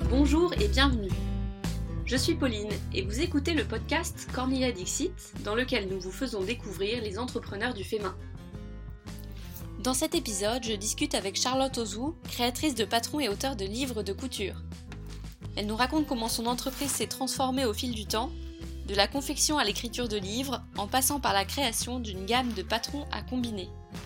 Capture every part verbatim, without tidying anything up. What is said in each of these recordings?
Bonjour et bienvenue. Je suis Pauline et vous écoutez le podcast Cornelia Dixit, dans lequel nous vous faisons découvrir les entrepreneurs du fait main. Dans cet épisode, je discute avec Charlotte Ozou, créatrice de Patron et auteure de livres de couture. Elle nous raconte comment son entreprise s'est transformée au fil du temps, de la confection à l'écriture de livres, en passant par la création d'une gamme de patrons à combiner.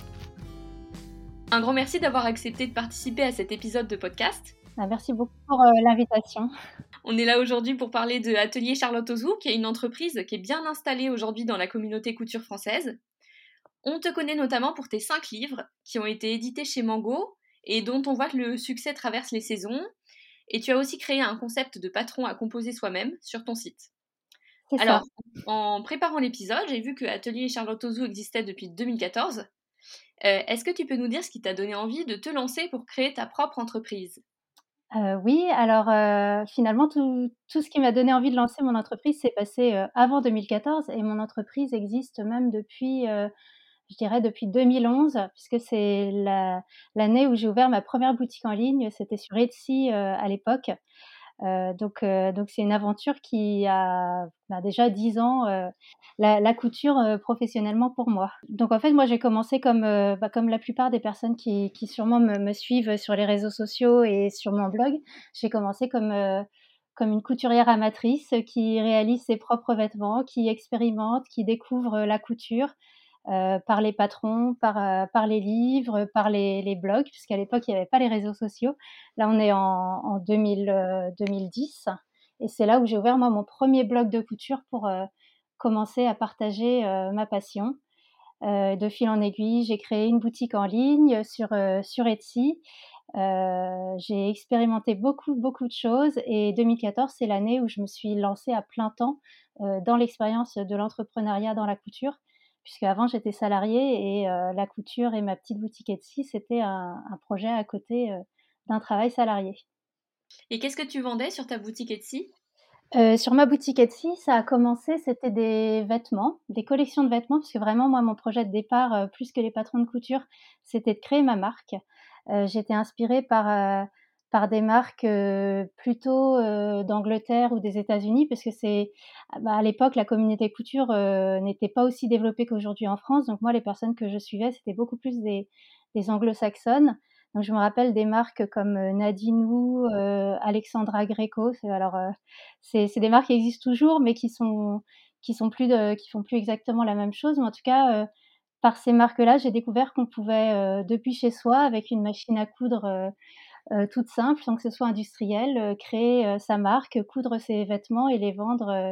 Un grand merci d'avoir accepté de participer à cet épisode de podcast. Merci beaucoup pour euh, l'invitation. On est là aujourd'hui pour parler de Atelier Charlotte Ozou, qui est une entreprise qui est bien installée aujourd'hui dans la communauté couture française. On te connaît notamment pour tes cinq livres qui ont été édités chez Mango et dont on voit que le succès traverse les saisons. Et tu as aussi créé un concept de patron à composer soi-même sur ton site. C'est Alors, ça. en préparant l'épisode, j'ai vu que Atelier Charlotte Ozou existait depuis deux mille quatorze. Euh, est-ce que tu peux nous dire ce qui t'a donné envie de te lancer pour créer ta propre entreprise ? Euh, oui, alors euh, finalement, tout, tout ce qui m'a donné envie de lancer mon entreprise s'est passé euh, avant deux mille quatorze et mon entreprise existe même depuis, euh, je dirais, depuis deux mille onze, puisque c'est la, l'année où j'ai ouvert ma première boutique en ligne. C'était sur Etsy euh, à l'époque. Euh, donc, euh, donc c'est une aventure qui a bah, déjà dix ans, euh, la, la couture euh, professionnellement pour moi. Donc en fait, moi j'ai commencé comme, euh, bah, comme la plupart des personnes qui, qui sûrement me, me suivent sur les réseaux sociaux et sur mon blog. J'ai commencé comme, euh, comme une couturière amatrice qui réalise ses propres vêtements, qui expérimente, qui découvre la couture. Euh, par les patrons, par, euh, par les livres, par les, les blogs, puisqu'à l'époque, il n'y avait pas les réseaux sociaux. Là, on est en, en deux mille, euh, deux mille dix, et c'est là où j'ai ouvert, moi, mon premier blog de couture pour euh, commencer à partager euh, ma passion. Euh, de fil en aiguille, j'ai créé une boutique en ligne sur, euh, sur Etsy. Euh, j'ai expérimenté beaucoup, beaucoup de choses, et deux mille quatorze, c'est l'année où je me suis lancée à plein temps euh, dans l'expérience de l'entrepreneuriat dans la couture, puisque avant j'étais salariée et euh, la couture et ma petite boutique Etsy, c'était un, un projet à côté euh, d'un travail salarié. Et qu'est-ce que tu vendais sur ta boutique Etsy ? Euh, sur ma boutique Etsy, ça a commencé, c'était des vêtements, des collections de vêtements, parce que vraiment, moi, mon projet de départ, euh, plus que les patrons de couture, c'était de créer ma marque. Euh, j'étais inspirée par, euh, par des marques euh, plutôt euh, d'Angleterre ou des États-Unis, parce que c'est, bah, à l'époque, la communauté couture euh, n'était pas aussi développée qu'aujourd'hui en France. Donc moi, les personnes que je suivais, c'était beaucoup plus des, des anglo-saxonnes. Donc je me rappelle des marques comme euh, Nadine Wu, euh, Alexandra Greco. C'est, alors, euh, c'est, c'est des marques qui existent toujours, mais qui sont qui sont plus de, qui font plus exactement la même chose. Mais en tout cas, euh, par ces marques-là, j'ai découvert qu'on pouvait, euh, depuis chez soi, avec une machine à coudre euh, euh, toute simple, sans que ce soit industriel, euh, créer euh, sa marque, coudre ses vêtements et les vendre euh,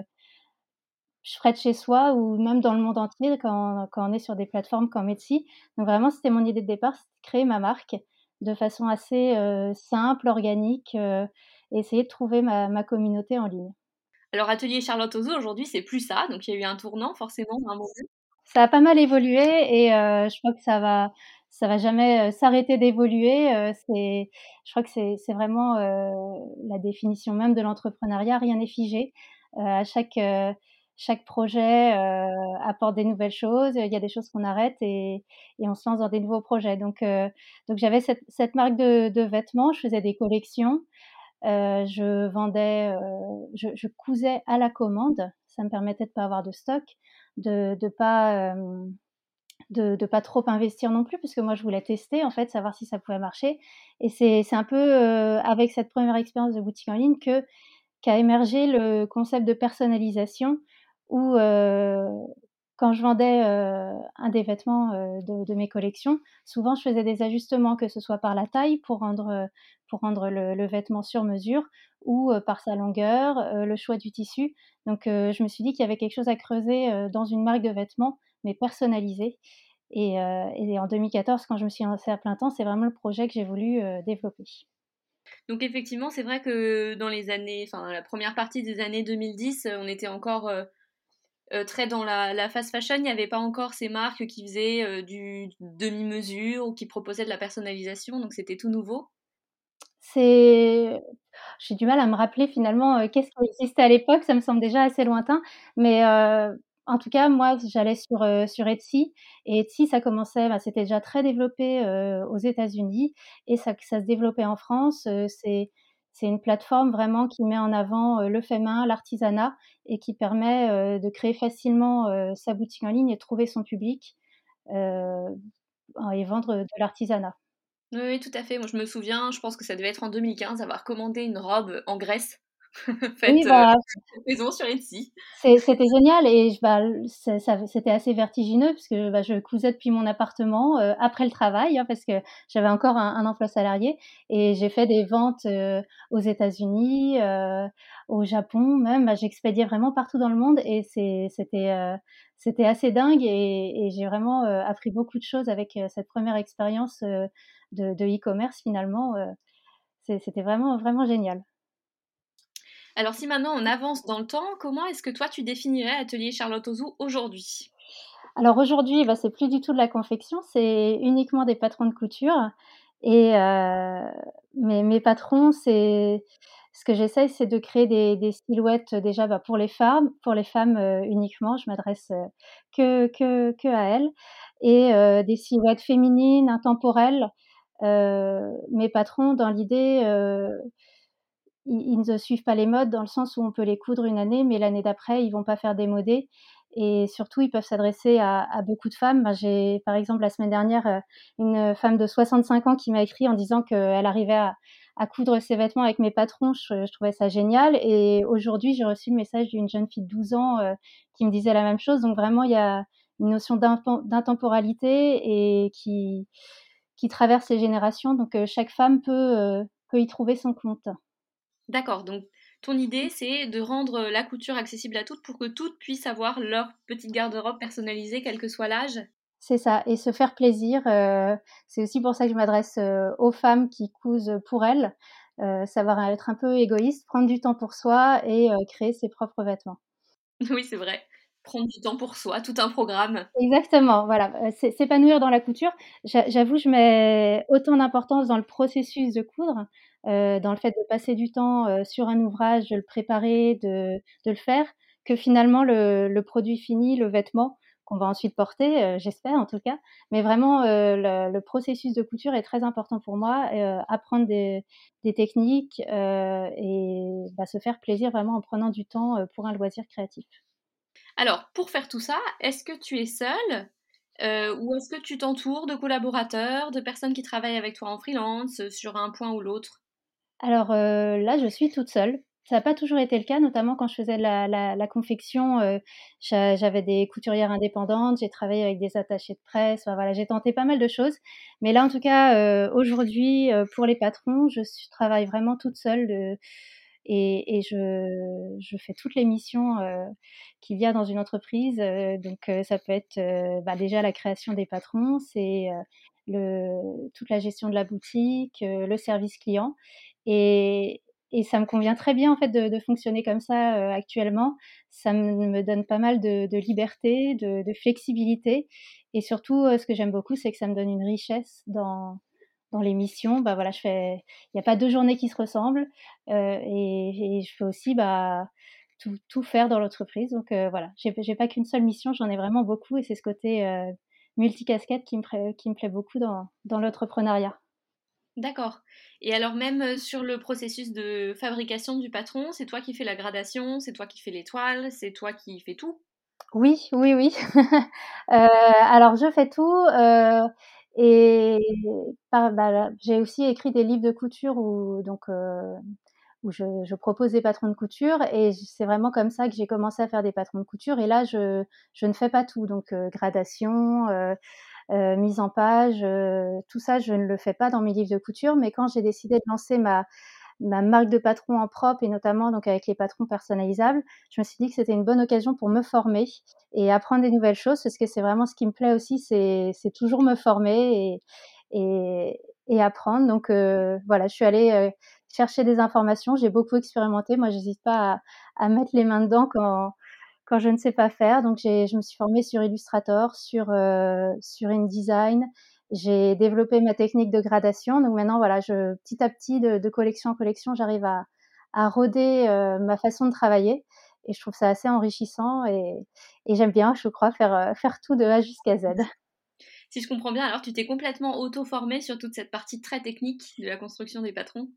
près de chez soi ou même dans le monde entier quand, quand on est sur des plateformes comme Etsy. Donc vraiment, c'était mon idée de départ, c'était de créer ma marque de façon assez euh, simple, organique, euh, et essayer de trouver ma, ma communauté en ligne. Alors, Atelier Charlotte Ozou, aujourd'hui, c'est plus ça. Donc, il y a eu un tournant, forcément, à un moment. Ça a pas mal évolué et heu, je crois que ça va ça va jamais, heu, s'arrêter d'évoluer, heu, c'est je crois que c'est c'est vraiment, heu, la définition même de l'entrepreneuriat, rien n'est figé. Heu, à chaque, heu, chaque projet, heu, apporte des nouvelles choses, il y a des choses qu'on arrête et et on se lance dans des nouveaux projets. Donc heu, donc j'avais cette cette marque de de vêtements, je faisais des collections, heu, je vendais, heu, je je cousais à la commande. Ça me permettait de pas avoir de stock, de de pas, hem, de de pas trop investir non plus, parce que moi je voulais tester en fait, savoir si ça pouvait marcher. Et c'est c'est un peu, heu, avec cette première expérience de boutique en ligne que qu'a émergé le concept de personnalisation où, heu, quand je vendais, heu, un des vêtements, heu, de de mes collections, souvent je faisais des ajustements, que ce soit par la taille pour rendre, heu, pour rendre le le vêtement sur mesure ou, heu, par sa longueur, heu, le choix du tissu. Donc, heu, je me suis dit qu'il y avait quelque chose à creuser, heu, dans une marque de vêtements, mais personnalisée. Et heu et en deux mille quatorze, quand je me suis lancée à plein temps, c'est vraiment le projet que j'ai voulu, heu, développer. Donc, effectivement, c'est vrai que dans les années, enfin, la première partie des années deux mille dix, euh, on était encore euh, euh, très dans la, la fast fashion. Il n'y avait pas encore ces marques qui faisaient euh, du demi-mesure ou qui proposaient de la personnalisation. Donc, c'était tout nouveau. C'est J'ai du mal à me rappeler finalement, heu, qu'est-ce qui existait à l'époque, ça me semble déjà assez lointain, mais heu, en tout cas, moi, j'allais sur, heu, sur Etsy, et Etsy, ça commençait, bah, c'était déjà très développé, heu, aux États-Unis, et ça ça se développait en France. Heu, c'est C'est une plateforme vraiment qui met en avant, heu, le fait main, l'artisanat et qui permet, heu, de créer facilement, heu, sa boutique en ligne et de trouver son public, heu, et vendre de l'artisanat. Oui, oui, tout à fait. Moi, je me souviens, je pense que ça devait être en deux mille quinze, avoir commandé une robe en Grèce Oui, faite, heu, bah faite maison sur Etsy. C'est c'était génial et je bah, l c'est ça c'était assez vertigineux puisque, bah, je cousais depuis mon appartement, heu, après le travail, hein, parce que j'avais encore un un emploi salarié et j'ai fait des ventes, heu, aux États-Unis, heu, au Japon même. Bah, j'expédiais vraiment partout dans le monde et c'est c'était, heu, c'était assez dingue et et j'ai vraiment, heu, appris beaucoup de choses avec, heu, cette première expérience, heu, de de e-commerce finalement, heu, c'est c'était vraiment, vraiment génial. Alors si maintenant on avance dans le temps, comment est-ce que toi tu définirais Atelier Charlotte Ozou aujourd'hui? Alors aujourd'hui, bah, c'est plus du tout de la confection, c'est uniquement des patrons de couture et heu, mes mes patrons, c'est ce que j'essaye, c'est de créer des des silhouettes, heu, déjà, bah, pour les femmes pour les femmes, heu, uniquement. Je m'adresse, heu, que que que à elles et heu, des silhouettes féminines, intemporelles. Heu, mes patrons, dans l'idée, heu, ils ils ne suivent pas les modes dans le sens où on peut les coudre une année, mais l'année d'après, ils vont pas faire démodé et surtout, ils peuvent s'adresser à à beaucoup de femmes. Ben, j'ai par exemple, la semaine dernière, heu, une femme de soixante-cinq ans qui m'a écrit en disant qu'elle arrivait à à coudre ses vêtements avec mes patrons. Je je trouvais ça génial et aujourd'hui, j'ai reçu le message d'une jeune fille de douze ans, heu, qui me disait la même chose. Donc vraiment, il y a une notion d'impen d'intemporalité et qui qui traverse les générations. Donc heu, chaque femme peut, heu, peut y trouver son compte. D'accord, donc ton idée, c'est de rendre la couture accessible à toutes pour que toutes puissent avoir leur petite garde-robe personnalisée, quel que soit l'âge? C'est ça et se faire plaisir, heu, c'est aussi pour ça que je m'adresse, heu, aux femmes qui cousent pour elles, heu, savoir être un peu égoïste, prendre du temps pour soi et heu, créer ses propres vêtements. Oui, c'est vrai. Prendre du temps pour soi, tout un programme. Exactement, voilà, heu, s'é s'épanouir dans la couture. J'a j'avoue, je mets autant d'importance dans le processus de coudre, heu, dans le fait de passer du temps, heu, sur un ouvrage, de le préparer, de de le faire, que finalement le le produit fini, le vêtement qu'on va ensuite porter, heu, j'espère en tout cas. Mais vraiment, heu, le le processus de couture est très important pour moi et heu, apprendre des des techniques, heu et bah, se faire plaisir vraiment en prenant du temps, heu, pour un loisir créatif. Alors, pour faire tout ça, est-ce que tu es seule, heu, ou est-ce que tu t'entoures de collaborateurs, de personnes qui travaillent avec toi en freelance, heu, sur un point ou l'autre? Alors, heu, là, je suis toute seule. Ça a pas toujours été le cas, notamment quand je faisais de la la la confection, heu, j'a j'avais des couturières indépendantes, j'ai travaillé avec des attachés de presse, enfin voilà, j'ai tenté pas mal de choses. Mais là, en tout cas, heu, aujourd'hui, heu, pour les patrons, je su travaille vraiment toute seule, heu et et je je fais toutes les missions, heu, qu'il y a dans une entreprise, heu, donc heu, ça peut être, heu, bah, déjà la création des patrons, c'est, heu, le toute la gestion de la boutique, heu, le service client et et ça me convient très bien en fait de de fonctionner comme ça, heu, actuellement. Ça me me donne pas mal de de liberté, de de flexibilité et surtout, heu, ce que j'aime beaucoup, c'est que ça me donne une richesse dans dans les missions. Bah, voilà, je fais il y a pas deux journées qui se ressemblent, heu et et je fais aussi, bah, tout tout faire dans l'entreprise donc heu, voilà, j'ai j'ai pas qu'une seule mission, j'en ai vraiment beaucoup et c'est ce côté, heu, multicasquette qui me pré qui me plaît beaucoup dans dans l'entrepreneuriat. D'accord, et alors même, heu, sur le processus de fabrication du patron, c'est toi qui fais la gradation, c'est toi qui fais les toiles, c'est toi qui fais tout? Oui, oui, oui. Heu, alors je fais tout, heu et par bah, là, j'ai aussi écrit des livres de couture où donc heu, où je je propose des patrons de couture et j c'est vraiment comme ça que j'ai commencé à faire des patrons de couture et là je je ne fais pas tout donc heu, gradation, heu heu, mise en page, heu, tout ça je ne le fais pas dans mes livres de couture mais quand j'ai décidé de lancer ma ma marque de patron en propre et notamment donc avec les patrons personnalisables, je me suis dit que c'était une bonne occasion pour me former et apprendre des nouvelles choses parce que c'est vraiment ce qui me plaît aussi, c'est c'est toujours me former et et et apprendre donc heu, voilà, je suis allée, heu, chercher des informations, j'ai beaucoup expérimenté. Moi, j'hésite pas à à mettre les mains dedans quand quand je ne sais pas faire donc j'ai je me suis formée sur Illustrator, sur, heu, sur InDesign. J'ai développé ma technique de gradation donc maintenant voilà, je petit à petit de de collection en collection, j'arrive à à roder, heu, ma façon de travailler et je trouve ça assez enrichissant et et j'aime bien, je crois, faire, heu, faire tout de A jusqu'à Z. Si je comprends bien, alors tu t'es complètement auto-formée sur toute cette partie très technique de la construction des patrons?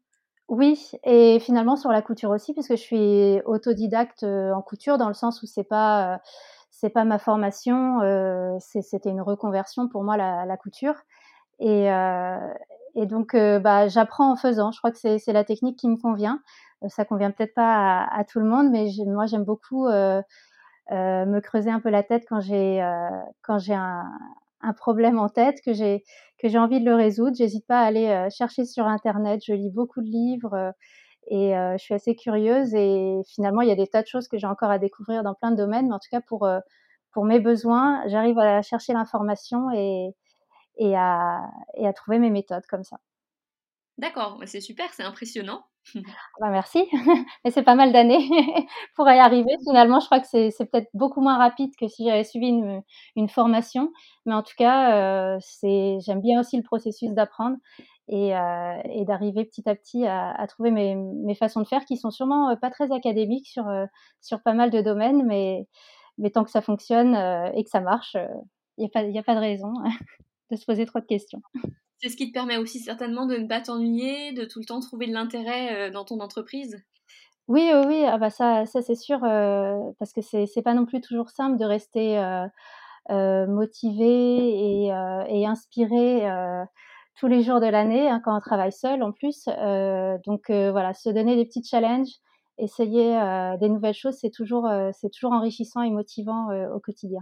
Oui et finalement sur la couture aussi puisque je suis autodidacte, heu, en couture dans le sens où c'est pas, heu, c'est pas ma formation, heu, c'est c'était une reconversion pour moi la la couture et heu et donc heu, bah, j'apprends en faisant. Je crois que c'est c'est la technique qui me convient. Heu, ça convient peut-être pas à à tout le monde, mais j'ai moi j'aime beaucoup, heu heu, me creuser un peu la tête quand j'ai, heu, quand j'ai un un problème en tête, que j'ai que j'ai envie de le résoudre. J'hésite pas à aller, heu, chercher sur internet. Je lis beaucoup de livres, heu et heu, je suis assez curieuse et finalement, il y a des tas de choses que j'ai encore à découvrir dans plein de domaines, mais en tout cas pour, heu, pour mes besoins, j'arrive à chercher l'information et et à et à trouver mes méthodes comme ça. D'accord, bah, c'est super, c'est impressionnant. Bah, merci, mais c'est pas mal d'années pour y arriver. Finalement, je crois que c'est c'est peut-être beaucoup moins rapide que si j'avais suivi une une formation, mais en tout cas, heu, c'est j'aime bien aussi le processus d'apprendre et heu et d'arriver petit à petit à à trouver mes mes façons de faire qui sont sûrement, heu, pas très académiques sur, heu, sur pas mal de domaines, mais mais tant que ça fonctionne, heu et que ça marche, heu, il y a pas il y a pas de raison de se poser trop de questions. C'est ce qui te permet aussi certainement de ne pas t'ennuyer, de tout le temps trouver de l'intérêt, heu, dans ton entreprise? Oui, oui, oui, ah bah, ça ça c'est sûr, heu, parce que c'est c'est pas non plus toujours simple de rester, heu heu, motivé et heu et inspiré, heu, tous les jours de l'année, hein, quand on travaille seul en plus, heu, donc heu, voilà, se donner des petits challenges, essayer, heu, des nouvelles choses, c'est toujours, heu, c'est toujours enrichissant et motivant, heu, au quotidien.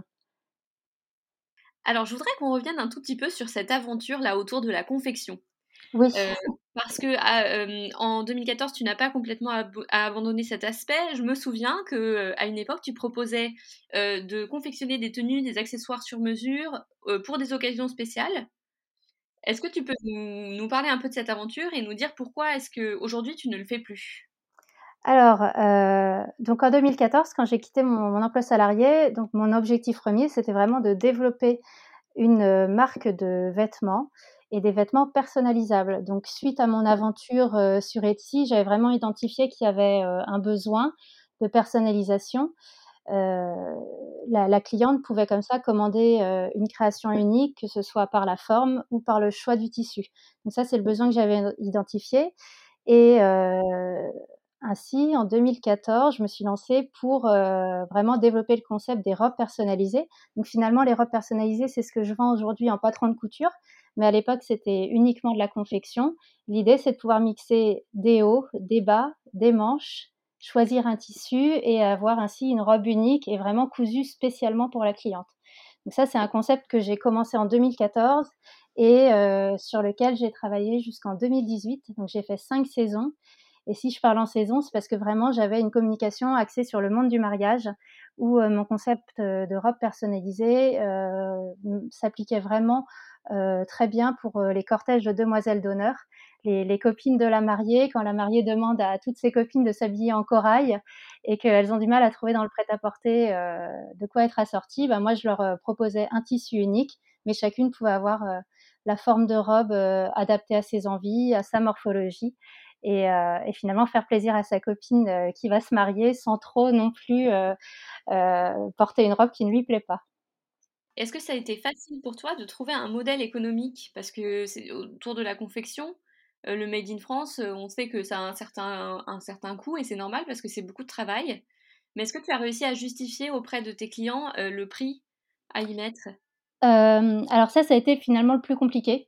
Alors je voudrais qu'on revienne un tout petit peu sur cette aventure-là autour de la confection. Oui. Heu, parce que à hem, en deux mille quatorze, tu n'as pas complètement abo abandonné cet aspect. Je me souviens que, heu, à une époque, tu proposais, heu, de confectionner des tenues, des accessoires sur mesure, heu, pour des occasions spéciales. Est-ce que tu peux nous nous parler un peu de cette aventure et nous dire pourquoi est-ce qu'aujourd'hui tu ne le fais plus? Alors, heu, donc en deux mille quatorze, quand j'ai quitté mon mon emploi salarié, donc mon objectif premier, c'était vraiment de développer une, heu, marque de vêtements et des vêtements personnalisables. Donc suite à mon aventure, heu, sur Etsy, j'avais vraiment identifié qu'il y avait, heu, un besoin de personnalisation. Heu, la la cliente pouvait comme ça commander, heu, une création unique, que ce soit par la forme ou par le choix du tissu. Donc ça, c'est le besoin que j'avais identifié et heu, ainsi en deux mille quatorze, je me suis lancée pour, heu, vraiment développer le concept des robes personnalisées. Donc finalement, les robes personnalisées, c'est ce que je vends aujourd'hui en patron de couture, mais à l'époque, c'était uniquement de la confection. L'idée, c'est de pouvoir mixer des hauts, des bas, des manches, choisir un tissu et avoir ainsi une robe unique et vraiment cousue spécialement pour la cliente. Donc ça, c'est un concept que j'ai commencé en deux mille quatorze et heu, sur lequel j'ai travaillé jusqu'en deux mille dix-huit. Donc j'ai fait cinq saisons et si je parle en saison, c'est parce que vraiment j'avais une communication axée sur le monde du mariage où, heu, mon concept, heu, de robe personnalisée, heu, mmh, s'appliquait vraiment, heu, très bien pour, heu, les cortèges de demoiselles d'honneur. Les les copines de la mariée, quand la mariée demande à toutes ses copines de s'habiller en corail et qu'elles ont du mal à trouver dans le prêt-à-porter, heu, de quoi être assorties, bah, moi je leur, heu, proposais un tissu unique, mais chacune pouvait avoir, heu, la forme de robe, heu, adaptée à ses envies, à sa morphologie et heu et finalement faire plaisir à sa copine, heu, qui va se marier sans trop non plus, heu heu, porter une robe qui ne lui plaît pas. Est-ce que ça a été facile pour toi de trouver un modèle économique? Parce que c'est autour de la confection, heu, le made in France, heu, on sait que ça a un certain un certain coût et c'est normal parce que c'est beaucoup de travail. Mais est-ce que tu as réussi à justifier auprès de tes clients, heu, le prix à y mettre? Hem, alors ça, ça a été finalement le plus compliqué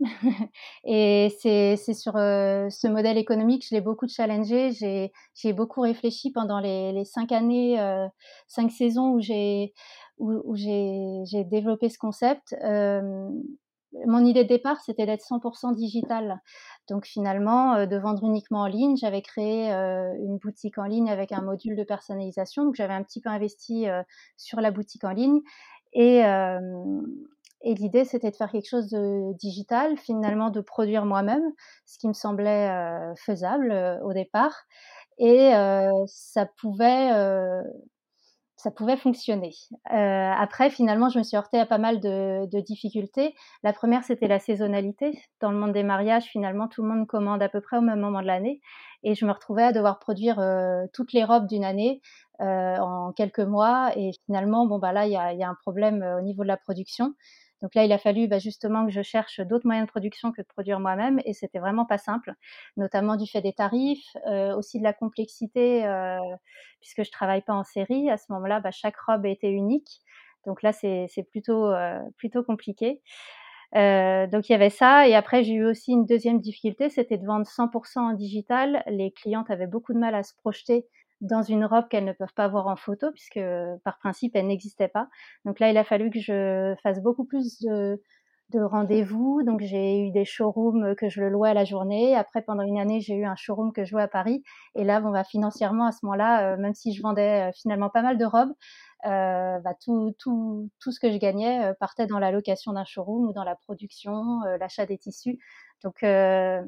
et c'est c'est sur, heu, ce modèle économique, je l'ai beaucoup challengé. J'ai j'y ai beaucoup réfléchi pendant les les cinq années, heu, cinq saisons où j'ai où où j'ai j'ai développé ce concept. Hem, mon idée de départ, c'était d'être cent pour cent digital. Donc finalement, heu, de vendre uniquement en ligne. J'avais créé, heu, une boutique en ligne avec un module de personnalisation, donc j'avais un petit peu investi, heu, sur la boutique en ligne et hem et l'idée, c'était de faire quelque chose de digital, finalement de produire moi-même, ce qui me semblait, heu, faisable, heu, au départ et heu, ça pouvait, heu, ça pouvait fonctionner. Heu, après finalement, je me suis heurtée à pas mal de de difficultés. La première, c'était la saisonnalité. Dans le monde des mariages, finalement, tout le monde commande à peu près au même moment de l'année et je me retrouvais à devoir produire, heu, toutes les robes d'une année, heu, en quelques mois et finalement, bon, bah, là, il y a il y a un problème, heu, au niveau de la production. Donc là, il a fallu, bah, justement que je cherche d'autres moyens de production que de produire moi-même et c'était vraiment pas simple, notamment du fait des tarifs, heu, aussi de la complexité, heu, puisque je travaille pas en série. À ce moment-là, bah, chaque robe était unique. Donc là, c'est c'est plutôt, heu, plutôt compliqué. Heu, donc il y avait ça et après j'ai eu aussi une deuxième difficulté, c'était de vendre cent pour cent en digital. Les clientes avaient beaucoup de mal à se projeter dans une robe qu'elles ne peuvent pas voir en photo puisque, par principe, elle n'existait pas. Donc là, il a fallu que je fasse beaucoup plus de de rendez-vous. Donc j'ai eu des showrooms, que je louais à la journée. Après, pendant une année, j'ai eu un showroom que je louais à Paris et là, bon, bah, financièrement, à ce moment-là, heu, même si je vendais, heu, finalement pas mal de robes, heu, bah, tout tout tout ce que je gagnais, heu, partait dans la location d'un showroom ou dans la production, heu, l'achat des tissus. Donc heu,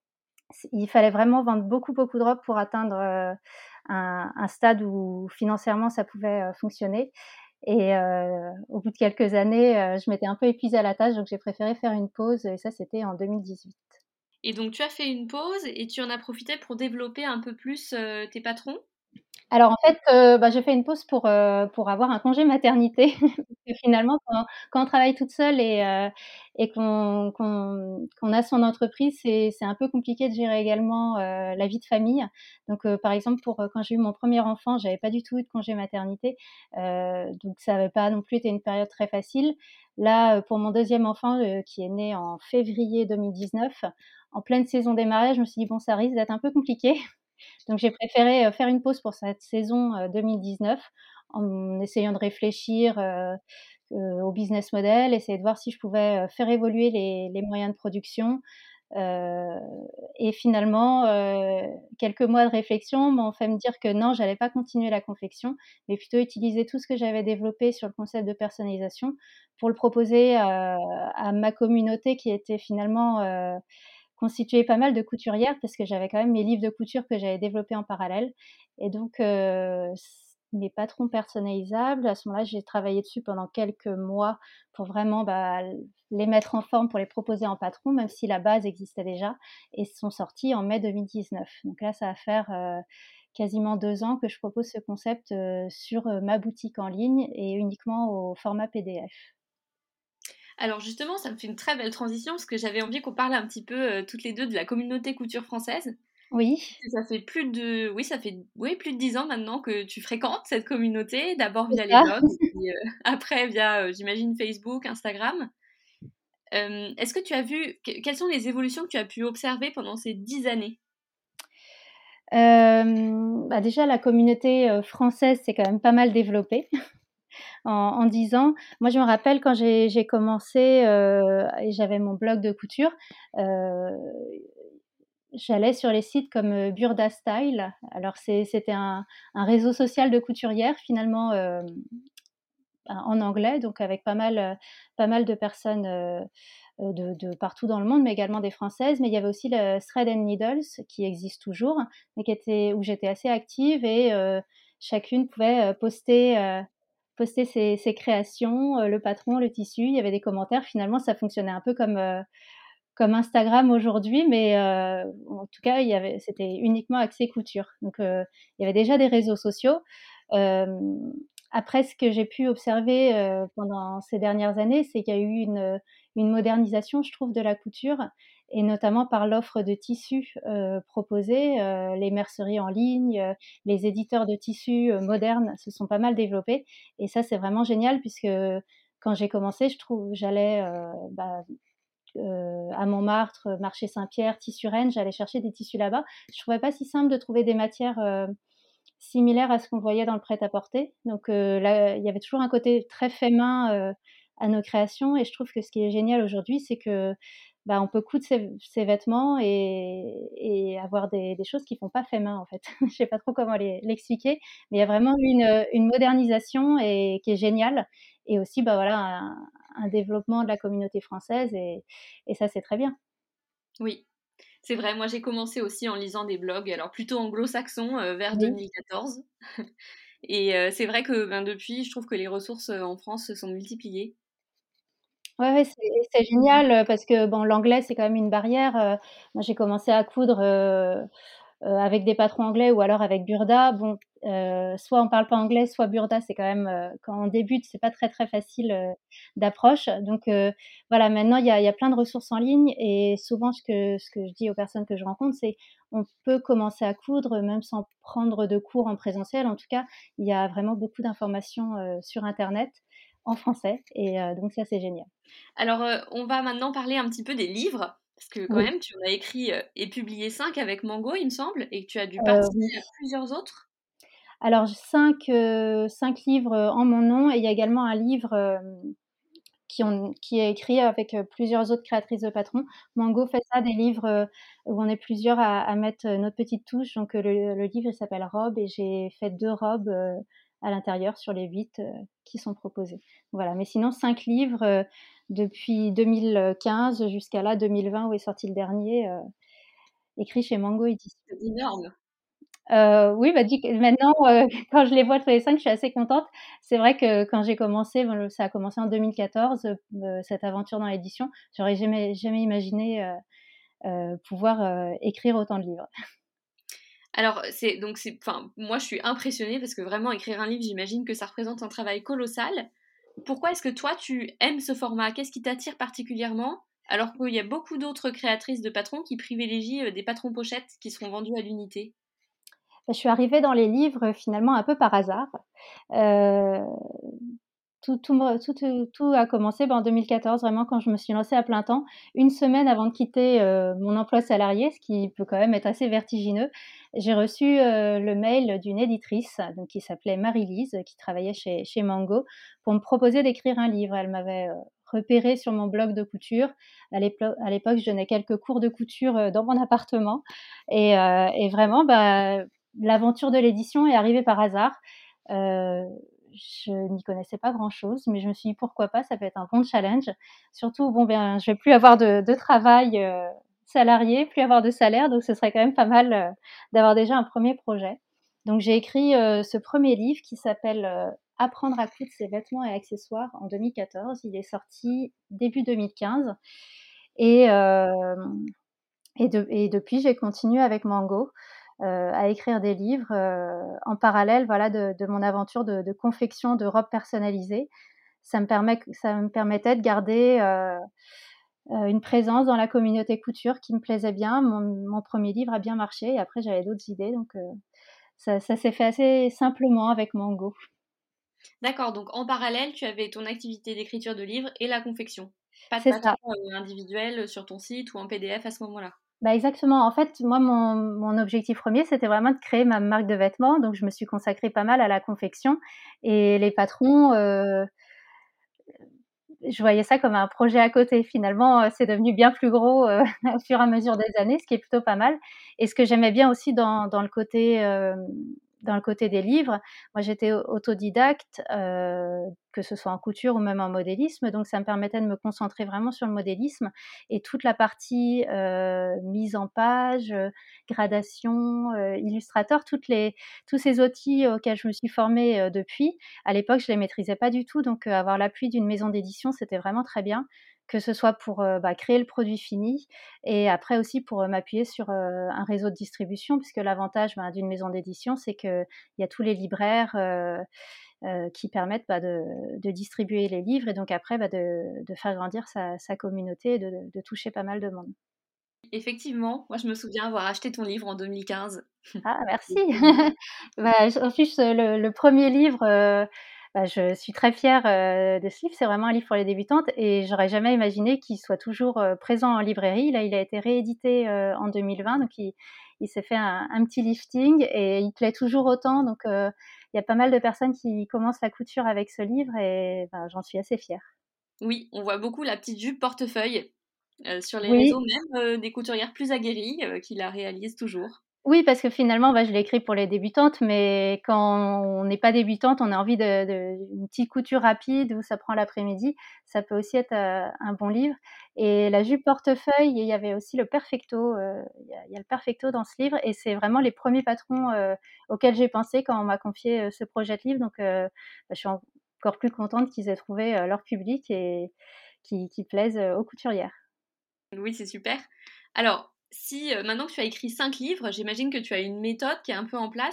c il fallait vraiment vendre beaucoup, beaucoup de robes pour atteindre, heu, un un stade où financièrement ça pouvait, heu, fonctionner et heu, au bout de quelques années, heu, je m'étais un peu épuisée à la tâche, donc j'ai préféré faire une pause et ça, c'était en deux mille dix-huit. Et donc tu as fait une pause et tu en as profité pour développer un peu plus, heu, tes patrons? Alors en fait, heu, bah, j'ai fait une pause pour, heu, pour avoir un congé maternité. Parce que finalement quand quand on travaille toute seule et heu et qu'on qu'on qu'on a son entreprise, c'est c'est un peu compliqué de gérer également, heu, la vie de famille. Donc heu, par exemple pour, heu, quand j'ai eu mon premier enfant, j'avais pas du tout eu de congé maternité, heu, donc ça avait pas non plus été une période très facile. Là, heu, pour mon deuxième enfant, heu, qui est né en février deux mille dix-neuf, en pleine saison des mariages, je me suis dit: «Bon, ça risque d'être un peu compliqué». Donc j'ai préféré, heu, faire une pause pour cette saison, heu, deux mille dix-neuf en essayant de réfléchir, heu heu, au business model, essayer de voir si je pouvais, heu, faire évoluer les les moyens de production, heu et finalement, heu, quelques mois de réflexion m'ont fait me dire que non, j'allais pas continuer la confection, mais plutôt utiliser tout ce que j'avais développé sur le concept de personnalisation pour le proposer, heu, à ma communauté qui était finalement, heu, constituée pas mal de couturières parce que j'avais quand même mes livres de couture que j'avais développés en parallèle et donc heu, c mes patrons personnalisables, à ce moment-là, j'ai travaillé dessus pendant quelques mois pour vraiment, bah, l les mettre en forme pour les proposer en patron, même si la base existait déjà et sont sortis en mai deux mille dix-neuf. Donc là, ça va faire, heu, quasiment deux ans que je propose ce concept, heu, sur, heu, ma boutique en ligne et uniquement au format P D F. Alors justement, ça me fait une très belle transition parce que j'avais envie qu'on parle un petit peu, heu, toutes les deux de la communauté couture française. Oui, Ça fait plus de oui, ça fait oui, plus de dix ans maintenant que tu fréquentes cette communauté, d'abord c'est via les ça. blogs et puis, heu, après via, heu, j'imagine Facebook, Instagram. Hem, est-ce que tu as vu que quelles sont les évolutions que tu as pu observer pendant ces dix années? Hem, bah, déjà la communauté, heu, française s'est quand même pas mal développée en en dix ans. Moi, je me rappelle quand j'ai j'ai commencé, heu et j'avais mon blog de couture, heu, j'allais sur les sites comme, heu, Burda Style. Alors c'est c'était un un réseau social de couturières finalement, hem, en anglais, donc avec pas mal, heu, pas mal de personnes, heu heu, de de partout dans le monde, mais également des françaises. Mais il y avait aussi le Thread and Needles qui existe toujours, mais qui était où j'étais assez active et heu, chacune pouvait, heu, poster, heu, poster ses ses créations, heu, le patron, le tissu. Il y avait des commentaires. Finalement, ça fonctionnait un peu comme, heu, comme Instagram aujourd'hui, mais heu, en tout cas, il y avait c'était uniquement axé couture. Donc heu, il y avait déjà des réseaux sociaux. Hem, Après ce que j'ai pu observer, heu, pendant ces dernières années, c'est qu'il y a eu une, une modernisation, je trouve, de la couture et notamment par l'offre de tissus, heu, proposés, heu, les merceries en ligne, heu, les éditeurs de tissus, heu, modernes se sont pas mal développés et ça, c'est vraiment génial puisque quand j'ai commencé, je trouve j'allais, heu, bah, heu, à Montmartre, marché Saint-Pierre, Tissus Rennes, j'allais chercher des tissus là-bas. Je trouvais pas si simple de trouver des matières, heu, similaires à ce qu'on voyait dans le prêt-à-porter. Donc heu, là, il y avait toujours un côté très fait main, heu, à nos créations et je trouve que ce qui est génial aujourd'hui, c'est que, bah, on peut coudre ses ses vêtements et et avoir des des choses qui font pas fait main, en fait. Je sais pas trop comment l'e l'expliquer, mais il y a vraiment eu une, une modernisation et qui est géniale et aussi, bah, voilà, un un développement de la communauté française et et ça, c'est très bien. Oui, c'est vrai, moi j'ai commencé aussi en lisant des blogs, alors plutôt anglo-saxons, heu, vers Oui. deux mille quatorze et heu, c'est vrai que, ben, depuis, je trouve que les ressources, heu, en France se sont multipliées. Ouais, ouais, c'est c'est génial, heu, parce que bon, l'anglais, c'est quand même une barrière, heu, moi, j'ai commencé à coudre, heu heu, avec des patrons anglais ou alors avec Burda. Bon, heu, soit on parle pas anglais, soit Burda, c'est quand même, heu, quand on débute, c'est pas très, très facile, heu, d'approche. Donc heu, voilà, maintenant il y a il y a plein de ressources en ligne et souvent ce que ce que je dis aux personnes que je rencontre, c'est on peut commencer à coudre même sans prendre de cours en présentiel. En tout cas, il y a vraiment beaucoup d'informations, heu, sur internet en français et heu, donc ça, c'est génial. Alors, heu, on va maintenant parler un petit peu des livres, parce que quand Oui, même tu en as écrit, heu, et publié cinq avec Mango, il me semble, et que tu as dû heu, oui. participer à plusieurs autres? Alors cinq heu, cinq livres, heu, en mon nom et il y a également un livre, hem, qui ont qui est écrit avec, heu, plusieurs autres créatrices de patrons. Mango fait ça, des livres, heu, où on est plusieurs à à mettre, heu, notre petite touche. Donc, heu, le le livre, il s'appelle «Robes» et j'ai fait deux robes, heu, à l'intérieur sur les huit, heu, qui sont proposées. Voilà, mais sinon cinq livres, heu, depuis deux mille quinze jusqu'à là deux mille vingt où est sorti le dernier, heu, écrit chez Mango Éditions. C'est énorme. Heu, oui, bah, dit que maintenant, heu, quand je les vois tous les cinq, je suis assez contente. C'est vrai que quand j'ai commencé, bon, le ça a commencé en deux mille quatorze, heu, heu, cette aventure dans l'édition. J'aurais jamais jamais imaginé, heu, heu, pouvoir, heu, écrire autant de livres. Alors, c'est donc c'est enfin, moi, je suis impressionnée parce que vraiment écrire un livre, j'imagine que ça représente un travail colossal. Pourquoi est-ce que toi, tu aimes ce format? Qu'est-ce qui t'attire particulièrement? Alors qu'il y a beaucoup d'autres créatrices de patrons qui privilégient, heu, des patrons pochettes qui seront vendus à l'unité. Bah, je suis arrivée dans les livres, finalement un peu par hasard. Heu, tout tout me tout, heu, tout a commencé, bah, en deux mille quatorze, vraiment quand je me suis lancée à plein temps. Une semaine avant de quitter, heu, mon emploi salarié, ce qui peut quand même être assez vertigineux, j'ai reçu, heu, le mail d'une éditrice, donc qui s'appelait Marie-Lise, qui travaillait chez chez Mango, pour me proposer d'écrire un livre. Elle m'avait, heu, repérée sur mon blog de couture. À l'éplo à l'époque, je donnais quelques cours de couture, heu, dans mon appartement et heu et vraiment, bah, l'aventure de l'édition est arrivée par hasard. Heu, je n'y connaissais pas grand-chose, mais je me suis dit: «Pourquoi pas? Ça peut être un bon challenge». Surtout, bon, ben, je vais plus avoir de de travail, heu, salarié, plus avoir de salaire, donc ce serait quand même pas mal, heu, d'avoir déjà un premier projet. Donc j'ai écrit, heu, ce premier livre qui s'appelle, heu, «Apprendre à coudre ses vêtements et accessoires» en deux mille quatorze. Il est sorti début deux mille quinze et hem et de et depuis, j'ai continué avec Mango, heu, à écrire des livres, heu, en parallèle, voilà, de de mon aventure de de confection de robes personnalisées. Ça me permet ça me permettait de garder, heu heu, une présence dans la communauté couture qui me plaisait bien. Mon mon premier livre a bien marché et après j'avais d'autres idées donc heu, ça ça s'est fait assez simplement avec Mango. D'accord, donc en parallèle, tu avais ton activité d'écriture de livres et la confection. Pas de C'est patron, ça. heu, individuel, sur ton site ou en P D F à ce moment-là? Bah, exactement. En fait, moi, mon mon objectif premier, c'était vraiment de créer ma marque de vêtements, donc je me suis consacrée pas mal à la confection et les patrons, heu, je voyais ça comme un projet à côté. Finalement, heu, c'est devenu bien plus gros, heu, au fur et à mesure des années, ce qui est plutôt pas mal et ce que j'aimais bien aussi dans dans le côté, hem, dans le côté des livres, moi j'étais au autodidacte, heu, que ce soit en couture ou même en modélisme, donc ça me permettait de me concentrer vraiment sur le modélisme et toute la partie, heu, mise en page, heu, gradation, heu, Illustrator, toutes les tous ces outils auxquels je me suis formée, heu, depuis, à l'époque, je les maîtrisais pas du tout, donc heu, avoir l'appui d'une maison d'édition, c'était vraiment très bien, que ce soit pour, heu, bah, créer le produit fini et après aussi pour, heu, m'appuyer sur, heu, un réseau de distribution puisque l'avantage, ben, d'une maison d'édition, c'est qu'il y a tous les libraires, heu heu, qui permettent, bah, de de distribuer les livres et donc après, bah, de de faire grandir sa sa communauté et de de toucher pas mal de monde. Effectivement, moi je me souviens avoir acheté ton livre en deux mille quinze. Ah merci! Bah, j en plus, heu, le le premier livre, heu, bah, je suis très fière, heu, de ce livre. C'est vraiment un livre pour les débutantes et j'aurais jamais imaginé qu'il soit toujours, heu, présent en librairie. Là, il a été réédité, heu, en deux mille vingt, donc il il s'est fait un un petit lifting et il plaît toujours autant donc heu, il y a pas mal de personnes qui commencent la couture avec ce livre et bah, j'en suis assez fière. Oui, on voit beaucoup la petite jupe portefeuille, heu, sur les Oui. réseaux, même, heu, des couturières plus aguerries, heu, qui la réalisent toujours. Oui, parce que finalement, bah, je l'ai écrit pour les débutantes, mais quand on n'est pas débutante, on a envie de de une petite couture rapide où ça prend l'après-midi, ça peut aussi être, heu, un bon livre et la jupe portefeuille, il y avait aussi le perfecto, heu, il y a il y a le perfecto dans ce livre et c'est vraiment les premiers patrons, heu, auxquels j'ai pensé quand on m'a confié, heu, ce projet de livre donc heu, bah, je suis encore plus contente qu'ils aient trouvé, heu, leur public et qui qui plaisent, heu, aux couturières. Oui, c'est super. Alors, si, heu, maintenant que tu as écrit cinq livres, j'imagine que tu as une méthode qui est un peu en place?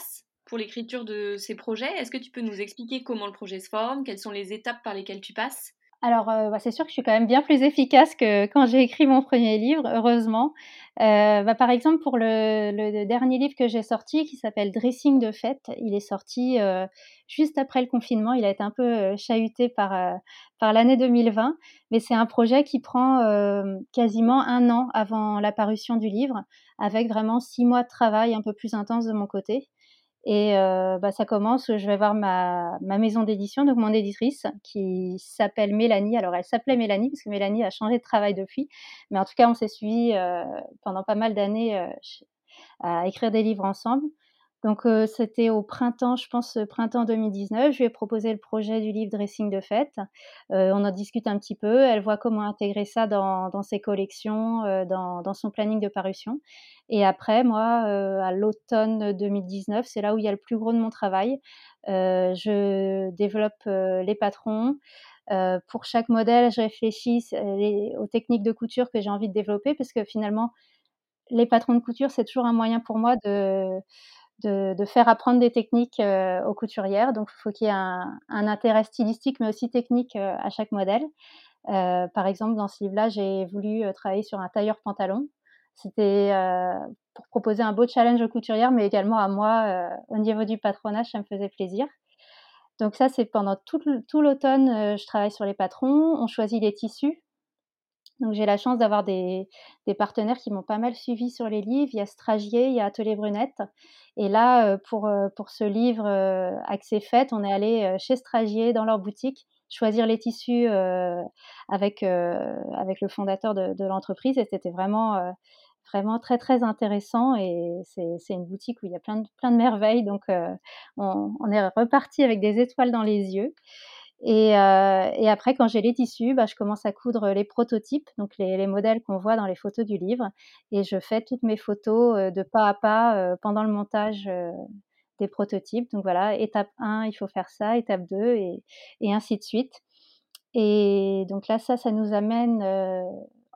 pour l'écriture de ces projets. Est-ce que tu peux nous expliquer comment le projet se forme? Quelles sont les étapes par lesquelles tu passes? Alors, heu, bah, c'est sûr que je suis quand même bien plus efficace que quand j'ai écrit mon premier livre, heureusement. Heu, bah, par exemple, pour le le dernier livre que j'ai sorti qui s'appelle Dressing de fête, il est sorti, heu, juste après le confinement. Il a été un peu, heu, chahuté par, heu, par l'année deux mille vingt, mais c'est un projet qui prend, hem, quasiment un an avant la parution du livre, avec vraiment six mois de travail un peu plus intense de mon côté. Et heu, bah, ça commence, je vais voir ma ma maison d'édition, donc mon éditrice qui s'appelle Mélanie. Alors elle s'appelait Mélanie parce que Mélanie a changé de travail depuis, mais en tout cas on s'est suivis, heu, pendant pas mal d'années, heu, ch à écrire des livres ensemble. Donc heu, c'était au printemps, je pense, heu, printemps deux mille dix-neuf. Je lui ai proposé le projet du livre Dressing de fête. Heu, on en discute un petit peu. Elle voit comment intégrer ça dans dans ses collections, heu, dans dans son planning de parution. Et après moi, heu, à l'automne deux mille dix-neuf, c'est là où il y a le plus gros de mon travail. Heu, je développe, heu, les patrons. Heu, pour chaque modèle, je réfléchis s les aux techniques de couture que j'ai envie de développer parce que finalement, les patrons de couture, c'est toujours un moyen pour moi de de de faire apprendre des techniques, heu, aux couturières. Donc il faut qu'il y ait un un intérêt stylistique, mais aussi technique, heu, à chaque modèle. Heu, par exemple, dans ce livre-là, j'ai voulu, heu, travailler sur un tailleur pantalon. C'était, heu, pour proposer un beau challenge aux couturières, mais également à moi, heu, au niveau du patronage, ça me faisait plaisir. Donc ça, c'est pendant tout l tout l'automne, heu, je travaille sur les patrons. On choisit les tissus. Donc j'ai la chance d'avoir des des partenaires qui m'ont pas mal suivie sur les livres. Il y a Stragier, il y a Atelier Brunette et là, heu, pour, heu, pour ce livre, heu, axé fête, on est allé, heu, chez Stragier dans leur boutique, choisir les tissus, heu, avec, heu, avec le fondateur de de l'entreprise et c'était vraiment, heu, vraiment très, très intéressant et c'est c'est une boutique où il y a plein de plein de merveilles donc heu, on on est repartis avec des étoiles dans les yeux. Et heu et après quand j'ai les tissus, bah, je commence à coudre les prototypes, donc les les modèles qu'on voit dans les photos du livre et je fais toutes mes photos, heu, de pas à pas, heu, pendant le montage, heu, des prototypes. Donc voilà, étape un, il faut faire ça, étape deux et et ainsi de suite. Et donc là, ça, ça nous amène, heu,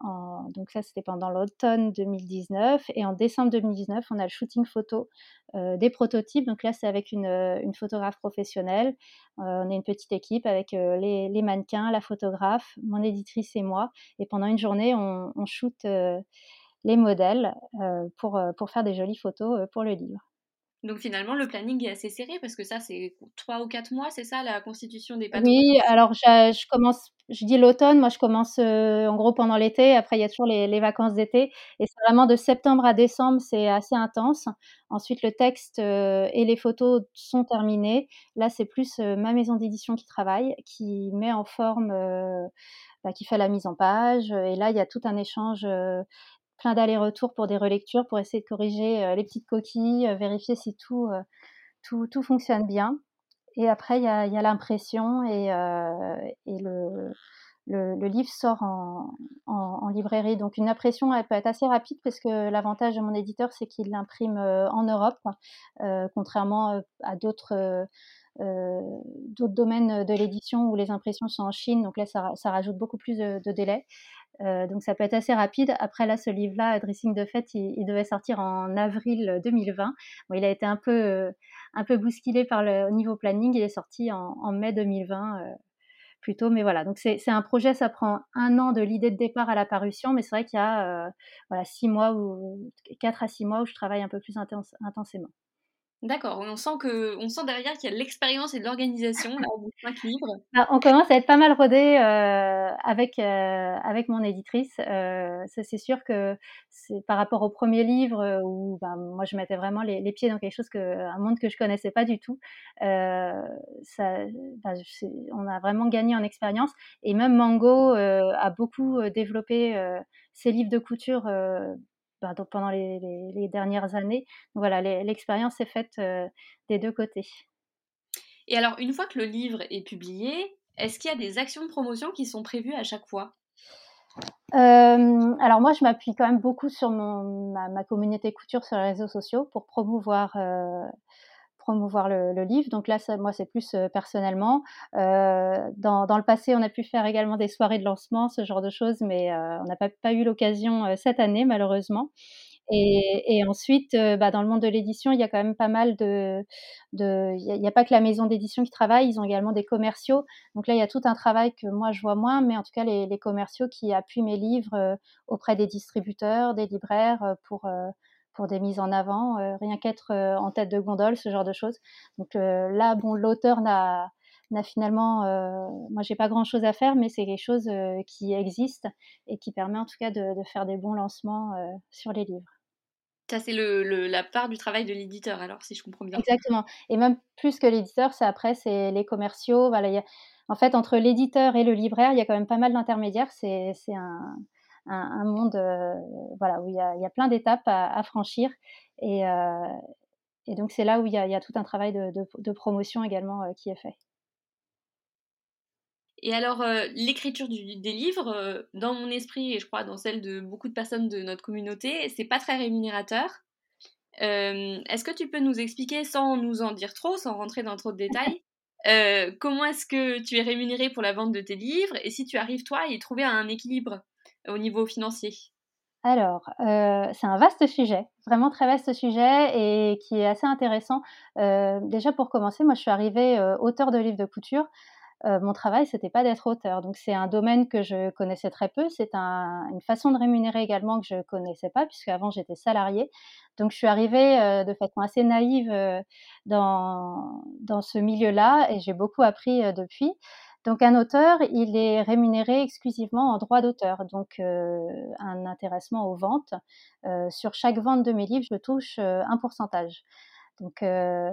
en donc ça, c'était pendant l'automne deux mille dix-neuf et en décembre deux mille dix-neuf, on a le shooting photo, heu, des prototypes. Donc là, c'est avec une, heu, une photographe professionnelle. Heu, on est une petite équipe avec, heu, les les mannequins, la photographe, mon éditrice et moi et pendant une journée, on on shoot, heu, les modèles, heu, pour, heu, pour faire des jolies photos, heu, pour le livre. Donc finalement, le planning est assez serré parce que ça, c'est trois ou quatre mois, c'est ça, la constitution des patrons? Oui, alors je je commence je dis l'automne, moi je commence, heu, en gros pendant l'été, après il y a toujours les les vacances d'été et c'est vraiment de septembre à décembre, c'est assez intense. Ensuite le texte, heu, et les photos sont terminés. Là, c'est plus, heu, ma maison d'édition qui travaille, qui met en forme, heu, bah, qui fait la mise en page, heu et là, il y a tout un échange, heu, plein d'allers-retours pour des relectures, pour essayer de corriger, heu, les petites coquilles, heu, vérifier si tout, heu, tout tout fonctionne bien. Et après il y a il y a l'impression et heu et le le le livre sort en en en librairie. Donc une impression, elle peut être assez rapide parce que l'avantage de mon éditeur, c'est qu'il l'imprime, heu, en Europe, heu, contrairement, heu, à d'autres, heu heu, d'autres domaines de l'édition où les impressions sont en Chine. Donc là, ça ra ça rajoute beaucoup plus de de délai. Heu, donc ça peut être assez rapide. Après là, ce livre-là, Dressing de fête, il il devait sortir en avril deux mille vingt. Bon, il a été un peu, heu, un peu bousculé par le au niveau planning. Il est sorti en en mai deux mille vingt, heu, plutôt. Mais voilà, donc c'est c'est un projet, ça prend un an de l'idée de départ à la parution, mais c'est vrai qu'il y a, heu, voilà six mois ou quatre à six mois où je travaille un peu plus intense intensément. D'accord, oui, on sent que on sent derrière qu'il y a de l'expérience et de l'organisation là au bout de cinq livres. Bah, on commence à être pas mal rodés, heu, avec, heu, avec mon éditrice. Heu, ça c'est sûr que c'est par rapport au premier livre, heu, où, ben, moi je mettais vraiment les les pieds dans quelque chose que un monde que je connaissais pas du tout. Heu, ça bah, c'est on a vraiment gagné en expérience et même Mango, heu, a beaucoup, heu, développé, heu, ses livres de couture, heu, bah, donc pendant les les les dernières années. Voilà, l'e l'expérience s'est faite, heu, des deux côtés. Et alors, une fois que le livre est publié, est-ce qu'il y a des actions de promotion qui sont prévues à chaque fois? Hem, alors moi, je m'appuie quand même beaucoup sur mon ma ma communauté couture sur les réseaux sociaux pour promouvoir, heu, promouvoir le le livre. Donc là, ça moi, c'est plus, heu, personnellement. Heu, dans dans le passé, on a pu faire également des soirées de lancement, ce genre de choses, mais heu, on n'a pas pas eu l'occasion, heu, cette année malheureusement. Et et ensuite, heu, bah, dans le monde de l'édition, il y a quand même pas mal de de il y a il y a pas que la maison d'édition qui travaille, ils ont également des commerciaux. Donc là, il y a tout un travail que moi je vois moins, mais en tout cas les les commerciaux qui appuient mes livres, heu, auprès des distributeurs, des libraires, heu, pour, heu, pour des mises en avant, heu, rien qu'être, heu, en tête de gondole, ce genre de choses. Donc, heu, là, bon, l'auteur n'a n'a finalement, heu, moi j'ai pas grand chose à faire, mais c'est quelque chose, heu, qui existe et qui permet en tout cas de de faire des bons lancements, heu, sur les livres. Ça, c'est le le la part du travail de l'éditeur alors, si je comprends bien? Exactement, et même plus que l'éditeur, c'est après, c'est les commerciaux, voilà, il y a en fait, entre l'éditeur et le libraire, il y a quand même pas mal d'intermédiaires. C'est c'est un un un monde, heu, voilà, où il y a il y a plein d'étapes à à franchir, et heu et donc c'est là où il y a il y a tout un travail de de de promotion également, heu, qui est fait. Et alors, heu, l'écriture du des livres, heu, dans mon esprit et je crois dans celle de beaucoup de personnes de notre communauté, c'est pas très rémunérateur. Hem, est-ce que tu peux nous expliquer, sans nous en dire trop, sans rentrer dans trop de détails, heu, comment est-ce que tu es rémunéré pour la vente de tes livres et si tu arrives toi à y trouver un équilibre au niveau financier? Alors, heu, c'est un vaste sujet, vraiment très vaste sujet et qui est assez intéressant. Heu, déjà pour commencer, moi je suis arrivée, heu, auteure de livres de couture. Heu, mon travail, c'était pas d'être auteur, donc c'est un domaine que je connaissais très peu. C'est un une façon de rémunérer également que je connaissais pas, puisqu'avant j'étais salariée. Donc je suis arrivée, heu, de façon assez naïve, heu, dans dans ce milieu-là, et j'ai beaucoup appris, heu, depuis. Donc un auteur, il est rémunéré exclusivement en droit d'auteur, donc heu, un intéressement aux ventes. Heu, sur chaque vente de mes livres, je touche, heu, un pourcentage. Donc heu,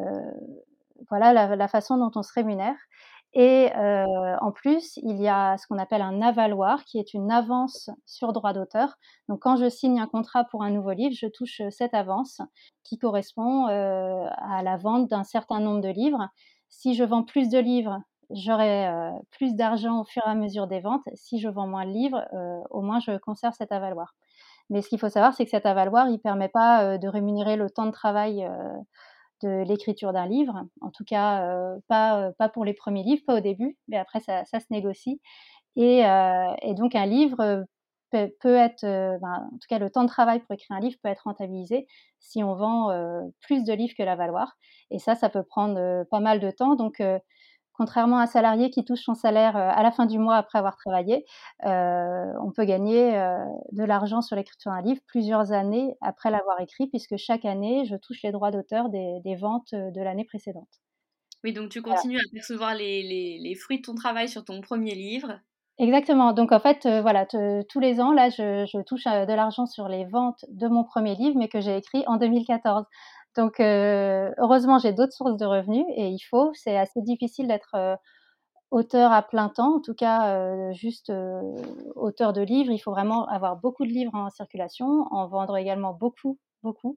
voilà la la façon dont on se rémunère, et heu, en plus, il y a ce qu'on appelle un avaloir, qui est une avance sur droit d'auteur. Donc quand je signe un contrat pour un nouveau livre, je touche, heu, cette avance qui correspond, heu, à la vente d'un certain nombre de livres. Si je vends plus de livres, j'aurai, heu, plus d'argent au fur et à mesure des ventes. Si je vends moins de livres, heu, au moins je conserve cet avaloir. Mais ce qu'il faut savoir, c'est que cet avaloir, il permet pas, heu, de rémunérer le temps de travail, heu, de l'écriture d'un livre. En tout cas, heu, pas, heu, pas pour les premiers livres, pas au début, mais après ça ça se négocie, et heu et donc un livre, heu, peut peut être, heu, ben, en tout cas le temps de travail pour écrire un livre peut être rentabilisé si on vend, heu, plus de livres que l'avaloir, et ça, ça peut prendre, heu, pas mal de temps. Donc heu, contrairement à un salarié qui touche son salaire, heu, à la fin du mois après avoir travaillé, heu, on peut gagner, heu, de l'argent sur l'écriture d'un livre plusieurs années après l'avoir écrit, puisque chaque année, je touche les droits d'auteur des des ventes, heu, de l'année précédente. Oui, donc tu Voilà. continues à percevoir les les les fruits de ton travail sur ton premier livre. Exactement, donc en fait, heu, voilà, te tous les ans, là, je je touche, heu, de l'argent sur les ventes de mon premier livre, mais que j'ai écrit en deux mille quatorze. Donc heu, heureusement, j'ai d'autres sources de revenus, et il faut, c'est assez difficile d'être, heu, auteur à plein temps, en tout cas, heu, juste, heu, auteur de livres. Il faut vraiment avoir beaucoup de livres en circulation, en vendre également beaucoup, beaucoup.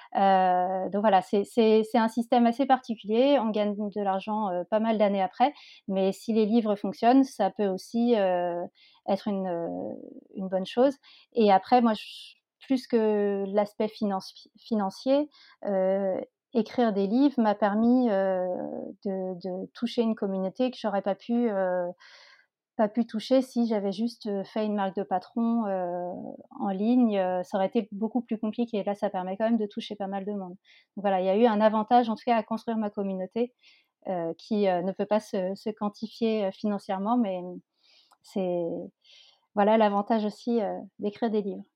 Heu, donc voilà, c'est c'est c'est un système assez particulier. On gagne de l'argent, heu, pas mal d'années après, mais si les livres fonctionnent, ça peut aussi, heu, être une, heu, une bonne chose. Et après moi, j plus que l'aspect financi financier, heu, écrire des livres m'a permis, heu, de de toucher une communauté que j'aurais pas pu, heu, pas pu toucher si j'avais juste, heu, fait une marque de patron, heu, en ligne, heu, ça aurait été beaucoup plus compliqué. Là, ça permet quand même de toucher pas mal de monde. Donc voilà, il y a eu un avantage, en tout cas, à construire ma communauté, heu, qui, heu, ne peut pas se se quantifier, heu, financièrement, mais mmh, c'est voilà l'avantage aussi, heu, d'écrire des livres.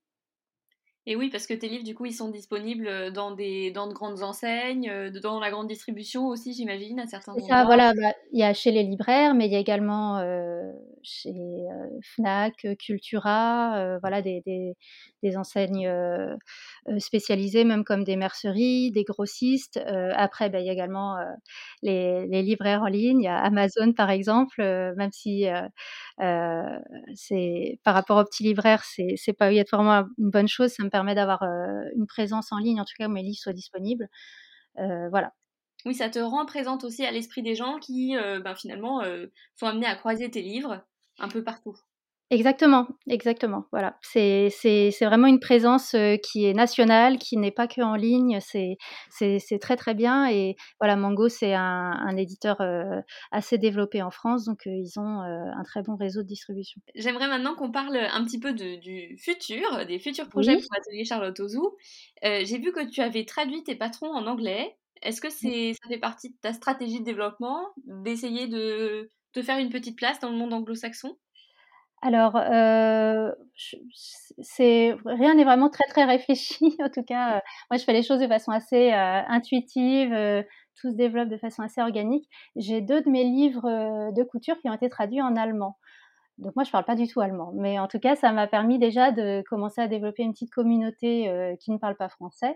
Et oui, parce que tes livres, du coup, ils sont disponibles, heu, dans des dans de grandes enseignes, heu, dans la grande distribution aussi, j'imagine, à certains C'est ça, endroits? voilà, bah, il y a chez les libraires, mais il y a également, heu, chez, heu, Fnac, heu, Cultura, heu, voilà des des des enseignes, heu heu, spécialisées, même comme des merceries, des grossistes. Heu, après, bah, il y a également, heu, les les libraires en ligne. Il y a Amazon, par exemple, heu, même si, heu heu, c'est par rapport aux petits libraires, c'est c'est pas obligatoirement une bonne chose. Ça me permet d'avoir, heu, une présence en ligne, en tout cas où mes livres soient disponibles. Heu, voilà. Oui, ça te rend présente aussi à l'esprit des gens qui, heu, ben, finalement, heu, sont amenés à croiser tes livres un peu partout. Exactement, exactement, voilà. C'est c'est c'est vraiment une présence, heu, qui est nationale, qui n'est pas qu'en ligne. C'est c'est c'est très, très bien et voilà, Mango, c'est un un éditeur, heu, assez développé en France, donc heu, ils ont, heu, un très bon réseau de distribution. J'aimerais maintenant qu'on parle un petit peu de du futur, des futurs projets Oui, pour Atelier Charlotte Ozou. Heu, j'ai vu que tu avais traduit tes patrons en anglais. Est-ce que oui. c'est ça fait partie de ta stratégie de développement, d'essayer de te faire une petite place dans le monde anglo-saxon? Alors, heu, je c'est rien n'est vraiment très, très réfléchi. En tout cas, heu, moi, je fais les choses de façon assez, heu, intuitive, heu, tout se développe de façon assez organique. J'ai deux de mes livres, heu, de couture qui ont été traduits en allemand. Donc moi, je parle pas du tout allemand, mais en tout cas, ça m'a permis déjà de commencer à développer une petite communauté, heu, qui ne parle pas français.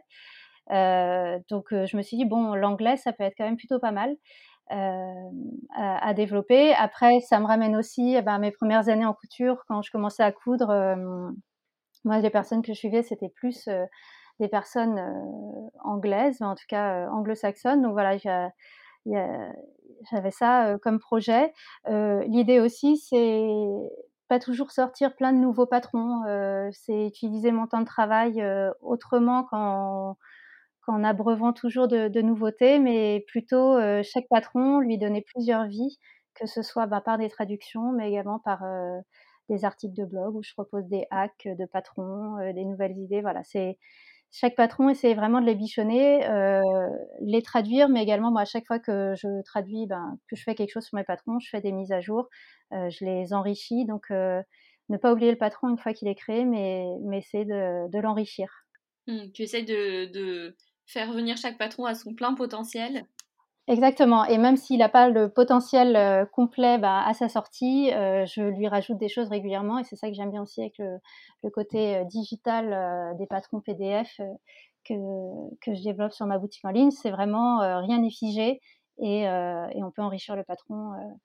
Heu, donc heu, je me suis dit: «Bon, l'anglais, ça peut être quand même plutôt pas mal». Hem, à à développer. Après, ça me ramène aussi, eh ben, à mes premières années en couture quand je commençais à coudre, hem, moi les personnes que je suivais, c'était plus, heu, des personnes, heu, anglaises, en tout cas, heu, anglo-saxonnes. Donc voilà, j'a il y a j'avais ça, heu, comme projet. Heu, l'idée aussi, c'est pas toujours sortir plein de nouveaux patrons, heu, c'est utiliser mon temps de travail, heu, autrement qu'en qu'en abreuvant toujours de de nouveautés, mais plutôt, heu, chaque patron, lui donner plusieurs vies, que ce soit, bah, par des traductions, mais également par, heu, des articles de blog où je propose des hacks de patrons, heu, des nouvelles idées. Voilà, c'est chaque patron, essayer vraiment de les bichonner, heu, les traduire, mais également moi, à chaque fois que je traduis, ben, que je fais quelque chose sur mes patrons, je fais des mises à jour, heu, je les enrichis donc heu, ne pas oublier le patron une fois qu'il est créé, mais mais essayer de de l'enrichir. Mmh, tu essayes de de faire venir chaque patron à son plein potentiel? Exactement et même s'il a pas le potentiel, heu, complet, bah, à sa sortie, heu, je lui rajoute des choses régulièrement et c'est ça que j'aime bien aussi avec le le côté, heu, digital, heu, des patrons P D F, heu, que que je développe sur ma boutique en ligne. C'est vraiment, heu, rien n'est figé et heu et on peut enrichir le patron, heu,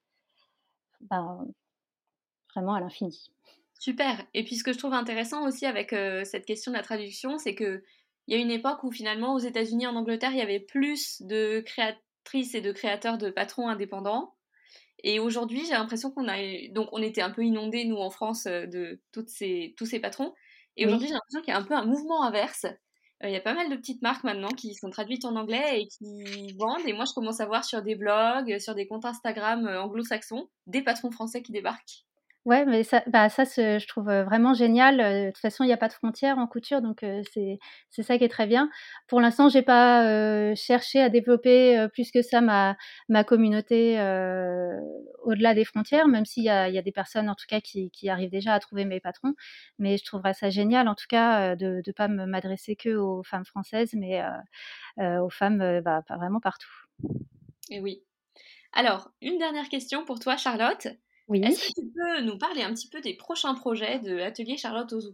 ben, vraiment à l'infini. Super. Et puis ce que je trouve intéressant aussi avec, heu, cette question de la traduction, c'est qu'il y a une époque où finalement aux États-Unis, en Angleterre, il y avait plus de créatrices et de créateurs de patrons indépendants. Et aujourd'hui, j'ai l'impression qu'on a donc on était un peu inondés, nous, en France, heu, de toutes ces tous ces patrons. Et Oui. aujourd'hui, j'ai l'impression qu'il y a un peu un mouvement inverse. Heu, il y a pas mal de petites marques maintenant qui sont traduites en anglais et qui vendent et moi, je commence à voir sur des blogs, sur des comptes Instagram, heu, anglo-saxons, des patrons français qui débarquent. Ouais, mais ça bah, ça ce je trouve, heu, vraiment génial, heu, de toute façon, il y a pas de frontières en couture donc heu, c'est c'est ça qui est très bien. Pour l'instant, j'ai pas, heu, cherché à développer, heu, plus que ça ma ma communauté, heu, au-delà des frontières, même s'il y a il y a des personnes en tout cas qui qui arrivent déjà à trouver mes patrons. Mais je trouverais ça génial en tout cas, heu, de de pas me m'adresser qu'aux femmes françaises mais heu heu, aux femmes, heu, bah, pas vraiment partout. Et oui. Alors, une dernière question pour toi, Charlotte. Oui. Est-ce que tu peux nous parler un petit peu des prochains projets de Atelier Charlotte Ozou?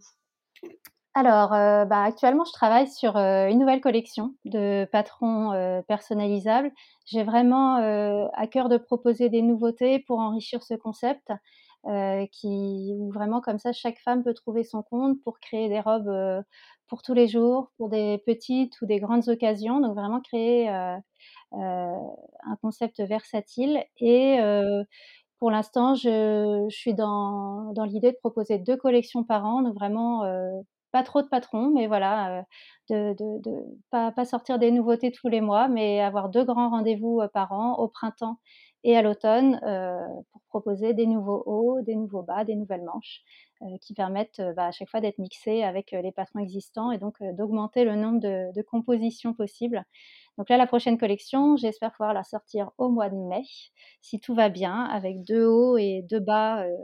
Alors, heu, bah, actuellement, je travaille sur, heu, une nouvelle collection de patrons, heu, personnalisables. J'ai vraiment, heu, à cœur de proposer des nouveautés pour enrichir ce concept, heu, qui où vraiment comme ça chaque femme peut trouver son compte pour créer des robes, heu, pour tous les jours, pour des petites ou des grandes occasions. Donc vraiment créer, heu heu, un concept versatile et heu, pour l'instant, je je suis dans dans l'idée de proposer deux collections par an, donc vraiment, heu, pas trop de patrons, mais voilà, heu, de de de pas pas sortir des nouveautés tous les mois, mais avoir deux grands rendez-vous, heu, par an, au printemps et à l'automne, heu, pour proposer des nouveaux hauts, des nouveaux bas, des nouvelles manches, heu, qui permettent, heu, bah, à chaque fois d'être mixés avec, heu, les patrons existants et donc, heu, d'augmenter le nombre de de compositions possibles. Donc là, la prochaine collection, j'espère pouvoir la sortir au mois de mai, si tout va bien, avec deux hauts et deux bas, heu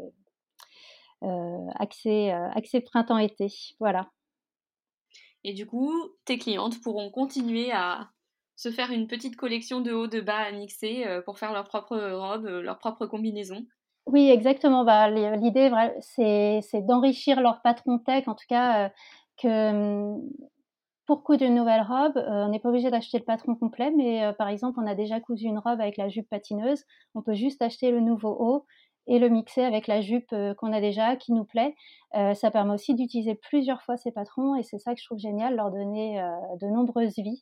heu, axés, heu, axés printemps-été. Voilà. Et du coup, tes clientes pourront continuer à se faire une petite collection de hauts, de bas à mixer, heu, pour faire leurs propres robes, heu, leurs propres combinaisons. Oui, exactement. Bah, l'i l'idée vrai c'est c'est d'enrichir leur patron tech, en tout cas, heu, que, mmh, pour coudre une nouvelle robe, heu, on n'est pas obligé d'acheter le patron complet, mais heu, par exemple, on a déjà cousu une robe avec la jupe patineuse, on peut juste acheter le nouveau haut et le mixer avec la jupe, heu, qu'on a déjà, qui nous plaît. Heu, ça permet aussi d'utiliser plusieurs fois ces patrons et c'est ça que je trouve génial, leur donner, heu, de nombreuses vies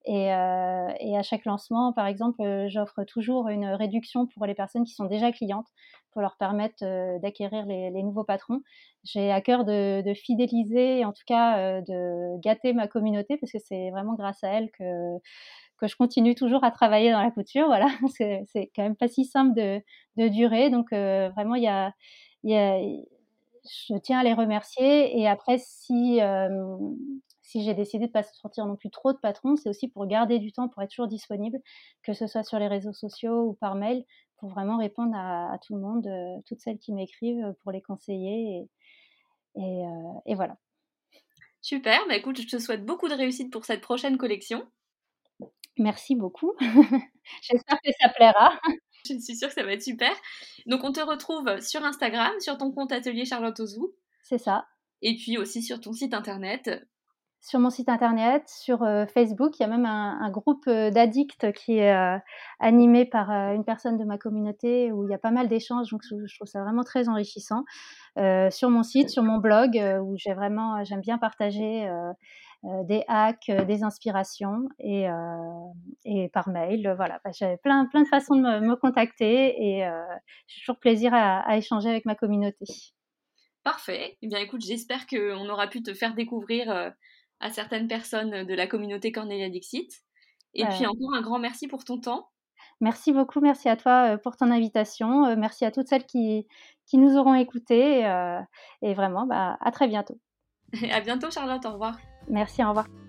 et heu et à chaque lancement, par exemple, heu, j'offre toujours une réduction pour les personnes qui sont déjà clientes, pour leur permettre, heu, d'acquérir les les nouveaux patrons. J'ai à cœur de de fidéliser, en tout cas, heu, de gâter ma communauté parce que c'est vraiment grâce à elle que que je continue toujours à travailler dans la couture, voilà. C'est c'est quand même pas si simple de de durer, donc heu, vraiment il y a il y a je tiens à les remercier et après si, hem, si j'ai décidé de pas sortir non plus trop de patrons, c'est aussi pour garder du temps, pour être toujours disponible, que ce soit sur les réseaux sociaux ou par mail, pour vraiment répondre à à tout le monde, heu, toutes celles qui m'écrivent, pour les conseiller et et heu et voilà. Super, bah écoute, je te souhaite beaucoup de réussite pour cette prochaine collection. Merci beaucoup. J'espère que ça plaira. Je suis sûre que ça va être super. Donc on te retrouve sur Instagram, sur ton compte Atelier Charlotte Ozou, C'est ça. et puis aussi sur ton site internet. Sur mon site internet, sur, heu, Facebook, il y a même un un groupe, heu, d'addicts qui est, heu, animé par, heu, une personne de ma communauté où il y a pas mal d'échanges, donc je je trouve ça vraiment très enrichissant. Heu, sur mon site, sur mon blog, heu, où j'ai vraiment j'aime bien partager, heu heu, des hacks, heu, des inspirations et heu et par mail, heu, voilà. Bah, j'ai plein plein de façons de me me contacter et heu, j'ai toujours plaisir à à échanger avec ma communauté. Parfait. Eh bien écoute, j'espère qu'on aura pu te faire découvrir euh, à certaines personnes de la communauté Cornelia Dixit. Et puis Bah, encore un grand merci pour ton temps. merci beaucoup, merci à toi, heu, pour ton invitation, heu, merci à toutes celles qui qui nous auront écoutées, heu et vraiment, bah, à très bientôt. À bientôt Charlotte, au revoir. Merci, au revoir.